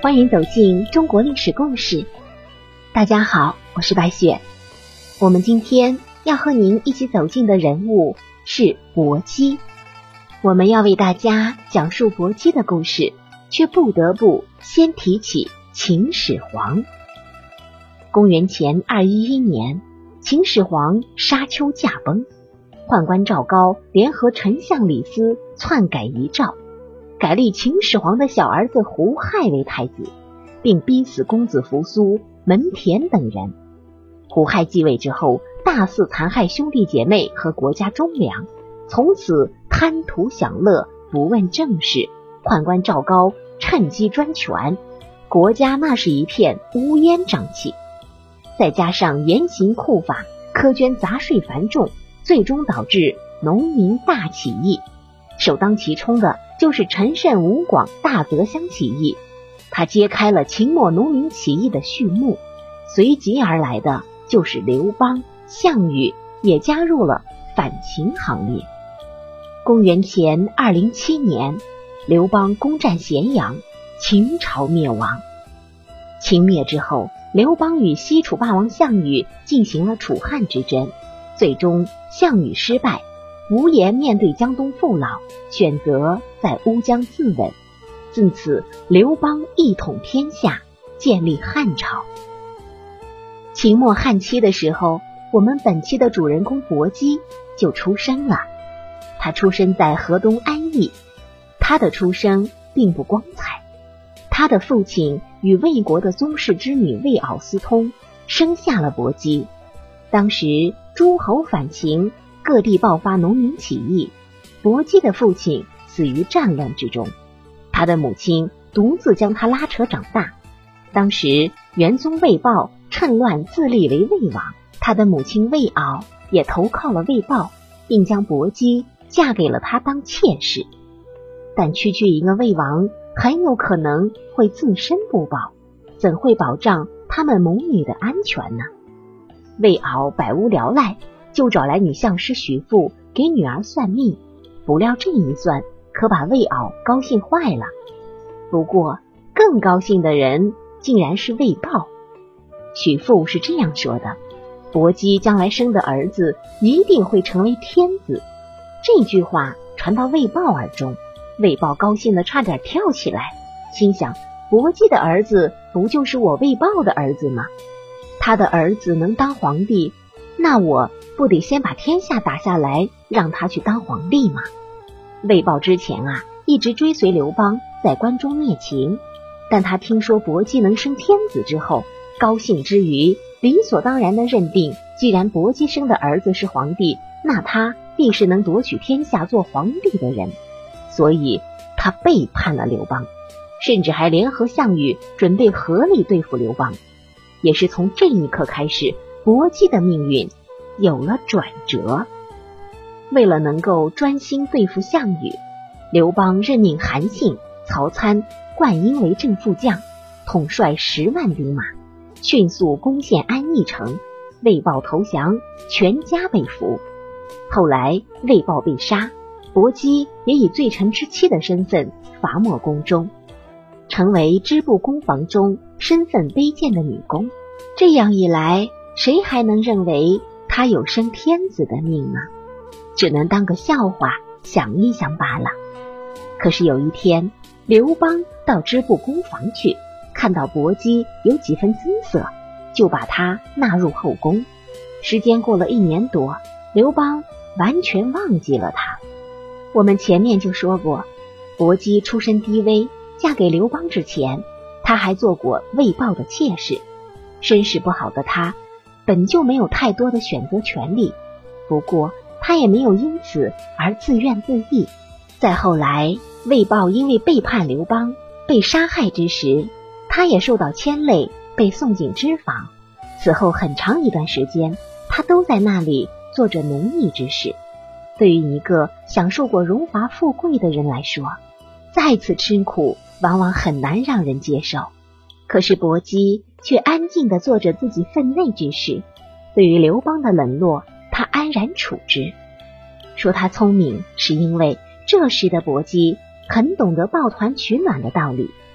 欢迎走进中国历史故事。大家好，我是白雪。我们今天要和您一起走进的人物是薄姬。我们要为大家讲述薄姬的故事，却不得不先提起秦始皇。公元前211年，秦始皇沙丘驾崩，宦官赵高联合丞相李斯篡改遗诏，改立秦始皇的小儿子胡亥为太子，并逼死公子扶苏、门田等人。胡亥继位之后，大肆残害兄弟姐妹和国家忠良，从此贪图享乐，不问政事。宦官赵高趁机专权，国家那是一片乌烟瘴气。再加上严刑酷法，苛捐杂税繁重，最终导致农民大起义。首当其冲的就是陈胜吴广大泽乡起义，他揭开了秦末农民起义的序幕。随即而来的就是刘邦、项羽也加入了反秦行列。公元前207年，刘邦攻占咸阳，秦朝灭亡。秦灭之后，刘邦与西楚霸王项羽进行了楚汉之争，最终项羽失败，无颜面对江东父老，选择在乌江自刎。自此，刘邦一统天下，建立汉朝。秦末汉期的时候，我们本期的主人公薄姬就出生了。他出生在河东安邑，他的出生并不光彩。他的父亲与魏国的宗室之女魏媪私通，生下了薄姬。当时诸侯反秦，各地爆发农民起义，薄姬的父亲死于战乱之中，他的母亲独自将他拉扯长大。当时元宗魏豹趁乱自立为魏王，他的母亲魏媪也投靠了魏豹，并将薄姬嫁给了他当妾室。但区区一个魏王很有可能会自身不保，怎会保障他们母女的安全呢？魏媪百无聊赖，就找来女相师许父给女儿算命，不料这一算可把魏媪高兴坏了。不过更高兴的人竟然是魏豹。许父是这样说的：薄姬将来生的儿子一定会成为天子。这句话传到魏豹耳中，魏豹高兴得差点跳起来，心想薄姬的儿子不就是我魏豹的儿子吗？他的儿子能当皇帝，那我不得先把天下打下来，让他去当皇帝吗？魏豹之前一直追随刘邦在关中灭秦，但他听说薄姬能生天子之后，高兴之余理所当然地认定，既然薄姬生的儿子是皇帝，那他必是能夺取天下做皇帝的人。所以他背叛了刘邦，甚至还联合项羽准备合力对付刘邦。也是从这一刻开始，薄姬的命运有了转折。为了能够专心对付项羽，刘邦任命韩信、曹参、灌婴为正副将，统帅10万兵马，迅速攻陷安邑城，魏豹投降，全家被俘。后来魏豹被杀，薄姬也以罪臣之妻的身份罚没宫中，成为织布工房中身份卑贱的女工。这样一来，谁还能认为她有生天子的命呢？只能当个笑话想一想罢了。可是有一天，刘邦到织布工房去，看到薄姬有几分姿色，就把她纳入后宫。时间过了1年多，刘邦完全忘记了她。我们前面就说过，薄姬出身低微，嫁给刘邦之前，她还做过魏豹的妾室。身世不好的她本就没有太多的选择权利，不过她也没有因此而自怨自艾。再后来，魏豹因为背叛刘邦被杀害之时，她也受到牵累，被送进织房。此后很长一段时间，她都在那里做着奴役之事。对于一个享受过荣华富贵的人来说，再次吃苦往往很难让人接受。可是薄姬却安静地做着自己分内之事，对于刘邦的冷落，他安然处之。说他聪明，是因为这时的薄姬很懂得抱团取暖的道理。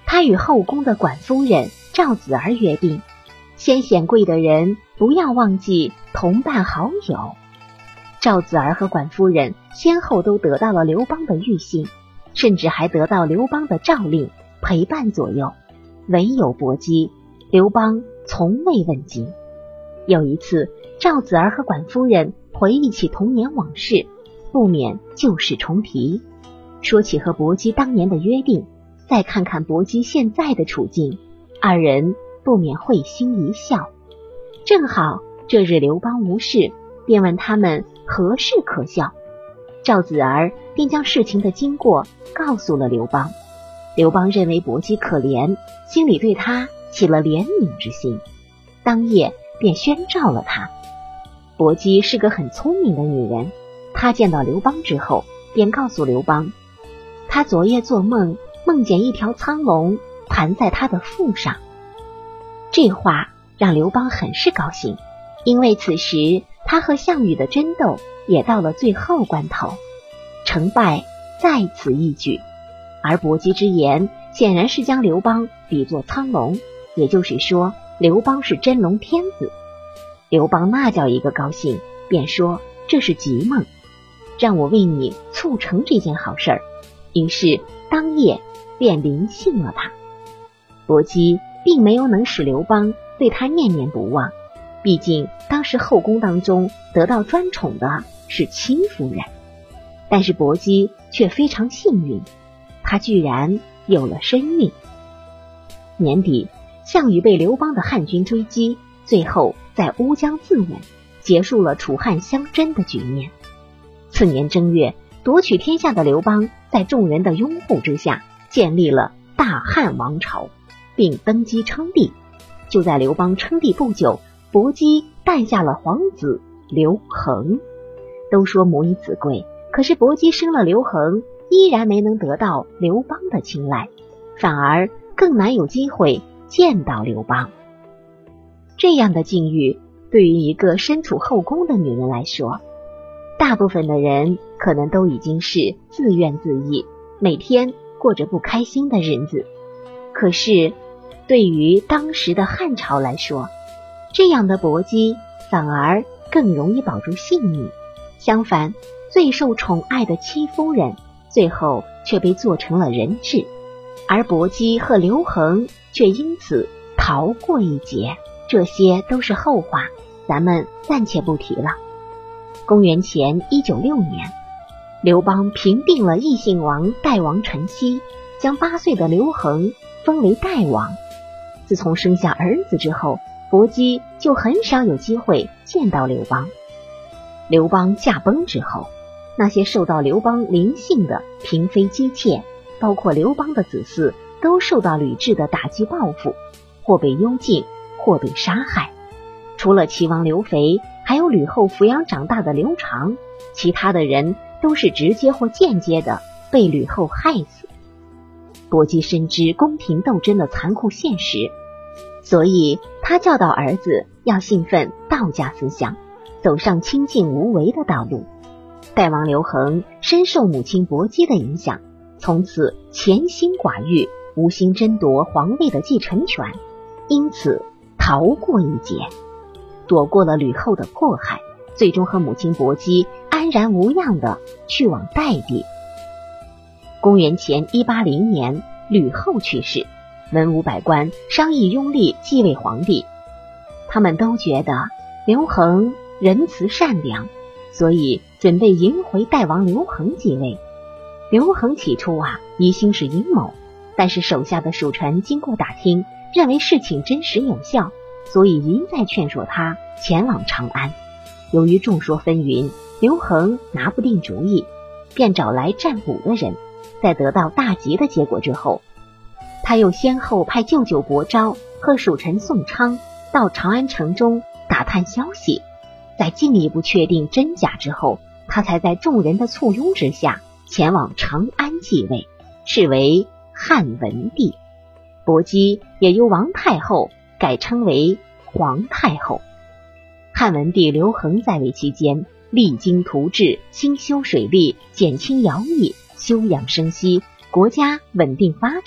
他与后宫的管夫人赵子儿约定，先显贵的人不要忘记同伴好友。赵子儿和管夫人先后都得到了刘邦的玉信，甚至还得到刘邦的诏令，陪伴左右。唯有薄姬，刘邦从未问及。有一次，赵子儿和管夫人回忆起童年往事，不免旧事重提，说起和薄姬当年的约定，再看看薄姬现在的处境，二人不免会心一笑。正好这日刘邦无事，便问他们何事可笑。赵子儿便将事情的经过告诉了刘邦。刘邦认为薄姬可怜，心里对他起了怜悯之心，当夜便宣召了他。薄姬是个很聪明的女人，她见到刘邦之后，便告诉刘邦，她昨夜做梦，梦见一条苍龙盘在她的腹上。这话让刘邦很是高兴，因为此时他和项羽的争斗也到了最后关头，成败在此一举。而薄姬之言显然是将刘邦比作苍龙，也就是说刘邦是真龙天子。刘邦那叫一个高兴，便说这是吉梦，让我为你促成这件好事儿。于是当夜便临幸了他。薄姬并没有能使刘邦对他念念不忘，毕竟当时后宫当中得到专宠的是戚夫人，但是薄姬却非常幸运，她居然有了身孕。年底，项羽被刘邦的汉军追击，最后在乌江自刎，结束了楚汉相争的局面。次年正月，夺取天下的刘邦在众人的拥护之下建立了大汉王朝，并登基称帝。就在刘邦称帝不久，薄姬诞下了皇子刘恒。都说母以子贵，可是薄姬生了刘恒，依然没能得到刘邦的青睐，反而更难有机会见到刘邦。这样的境遇对于一个身处后宫的女人来说，大部分的人可能都已经是自怨自艾，每天过着不开心的日子。可是对于当时的汉朝来说，这样的薄姬反而更容易保住性命。相反，最受宠爱的戚夫人最后却被做成了人质，而薄姬和刘恒却因此逃过一劫。这些都是后话，咱们暂且不提了。公元前196年，刘邦平定了异姓王代王陈豨，将8岁的刘恒封为代王。自从生下儿子之后，薄姬就很少有机会见到刘邦。刘邦驾崩之后，那些受到刘邦临幸的嫔妃姬妾，包括刘邦的子嗣，都受到吕雉的打击报复，或被幽禁，或被杀害。除了齐王刘肥，还有吕后抚养长大的刘长，其他的人都是直接或间接的被吕后害死。薄姬深知宫廷斗争的残酷现实，所以他教导儿子要信奉道家思想，走上清静无为的道路。代王刘恒深受母亲薄姬的影响，从此潜心寡欲，无心争夺皇位的继承权，因此逃过一劫，躲过了吕后的迫害，最终和母亲薄姬安然无恙地去往代地。公元前180年，吕后去世，文武百官商议拥立继位皇帝。他们都觉得刘恒仁慈善良，所以准备迎回代王刘恒继位。刘恒起初疑心是阴谋，但是手下的属臣经过打听，认为事情真实有效，所以一再劝说他前往长安。由于众说纷纭，刘恒拿不定主意，便找来占卜的人。在得到大吉的结果之后，他又先后派舅舅伯昭和属臣宋昌到长安城中打探消息，在进一步确定真假之后，他才在众人的簇拥之下前往长安继位，是为汉文帝。薄姬也由王太后改称为皇太后。汉文帝刘恒在位期间，励精图治，兴修水利，减轻徭役，休养生息，国家稳定发展，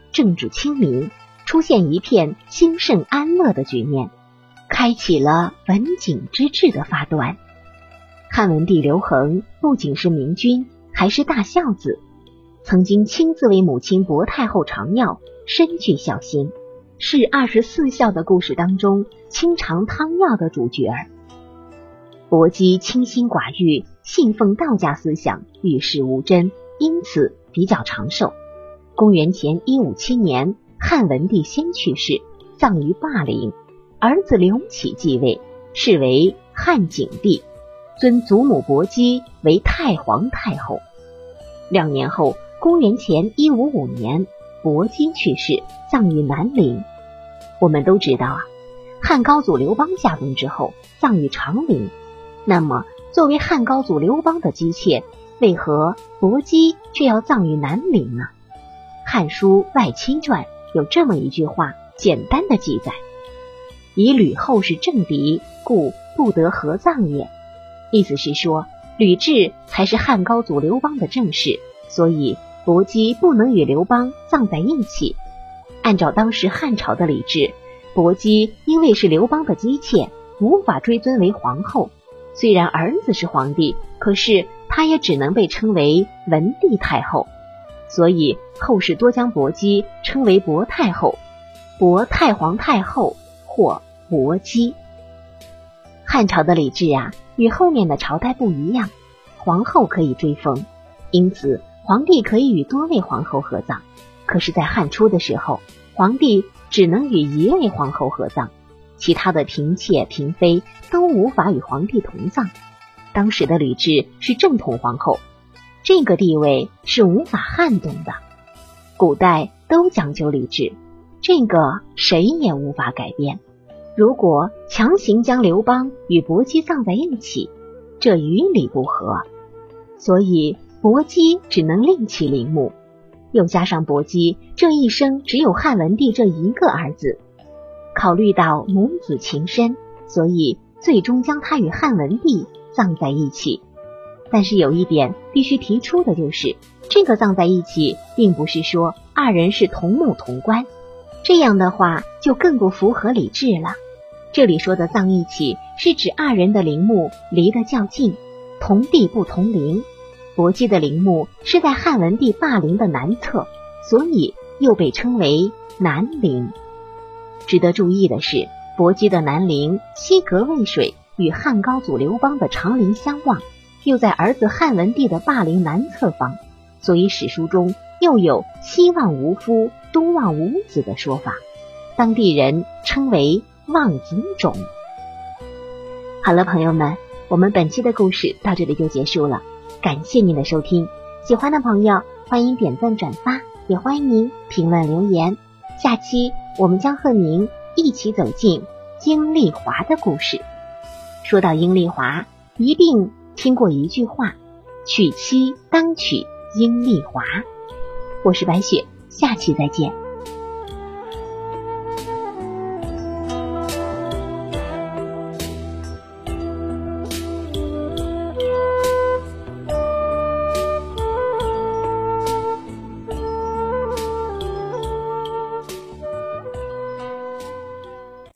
政治清明，出现一片兴盛安乐的局面，开启了文景之治的发端。汉文帝刘恒不仅是明君，还是大孝子，曾经亲自为母亲薄太后尝药，深具孝心，是24孝的故事当中清尝汤药的主角儿。薄姬清心寡欲，信奉道家思想，与世无争，因此比较长寿。公元前157年，汉文帝先去世，葬于霸陵，儿子刘启继位，是为汉景帝，尊祖母薄姬为太皇太后。2年后，公元前155年，薄姬去世，葬于南陵。我们都知道汉高祖刘邦驾崩之后，葬于长陵。那么作为汉高祖刘邦的姬妾，为何薄姬却要葬于南陵呢？汉书外戚传有这么一句话，简单的记载：以吕后是政敌，故不得合葬也。意思是说，吕雉才是汉高祖刘邦的正室，所以薄姬不能与刘邦葬在一起。按照当时汉朝的礼制，薄姬因为是刘邦的姬妾，无法追尊为皇后。虽然儿子是皇帝，可是她也只能被称为文帝太后，所以后世多将薄姬称为薄太后、薄太皇太后或薄姬。汉朝的礼制与后面的朝代不一样，皇后可以追封，因此皇帝可以与多位皇后合葬。可是在汉初的时候，皇帝只能与一位皇后合葬，其他的嫔妾嫔妃都无法与皇帝同葬。当时的礼制是正统皇后，这个地位是无法撼动的。古代都讲究礼制，这个谁也无法改变。如果强行将刘邦与薄姬葬在一起，这与理不合，所以薄姬只能另起陵墓。又加上薄姬这一生只有汉文帝这一个儿子，考虑到母子情深，所以最终将他与汉文帝葬在一起。但是有一点必须提出的就是，这个葬在一起并不是说二人是同墓同棺，这样的话就更不符合礼制了。这里说的葬一起是指二人的陵墓离得较近，同地不同陵。薄姬的陵墓是在汉文帝霸陵的南侧，所以又被称为南陵。值得注意的是，薄姬的南陵西隔渭水，与汉高祖刘邦的长陵相望，又在儿子汉文帝的霸陵南侧方，所以史书中又有西望无夫，东望无子的说法，当地人称为望子冢。好了，朋友们，我们本期的故事到这里就结束了，感谢您的收听。喜欢的朋友欢迎点赞转发，也欢迎您评论留言。下期我们将和您一起走进阴丽华的故事。说到阴丽华，一定听过一句话，娶妻当娶阴丽华。我是白雪，下期再见。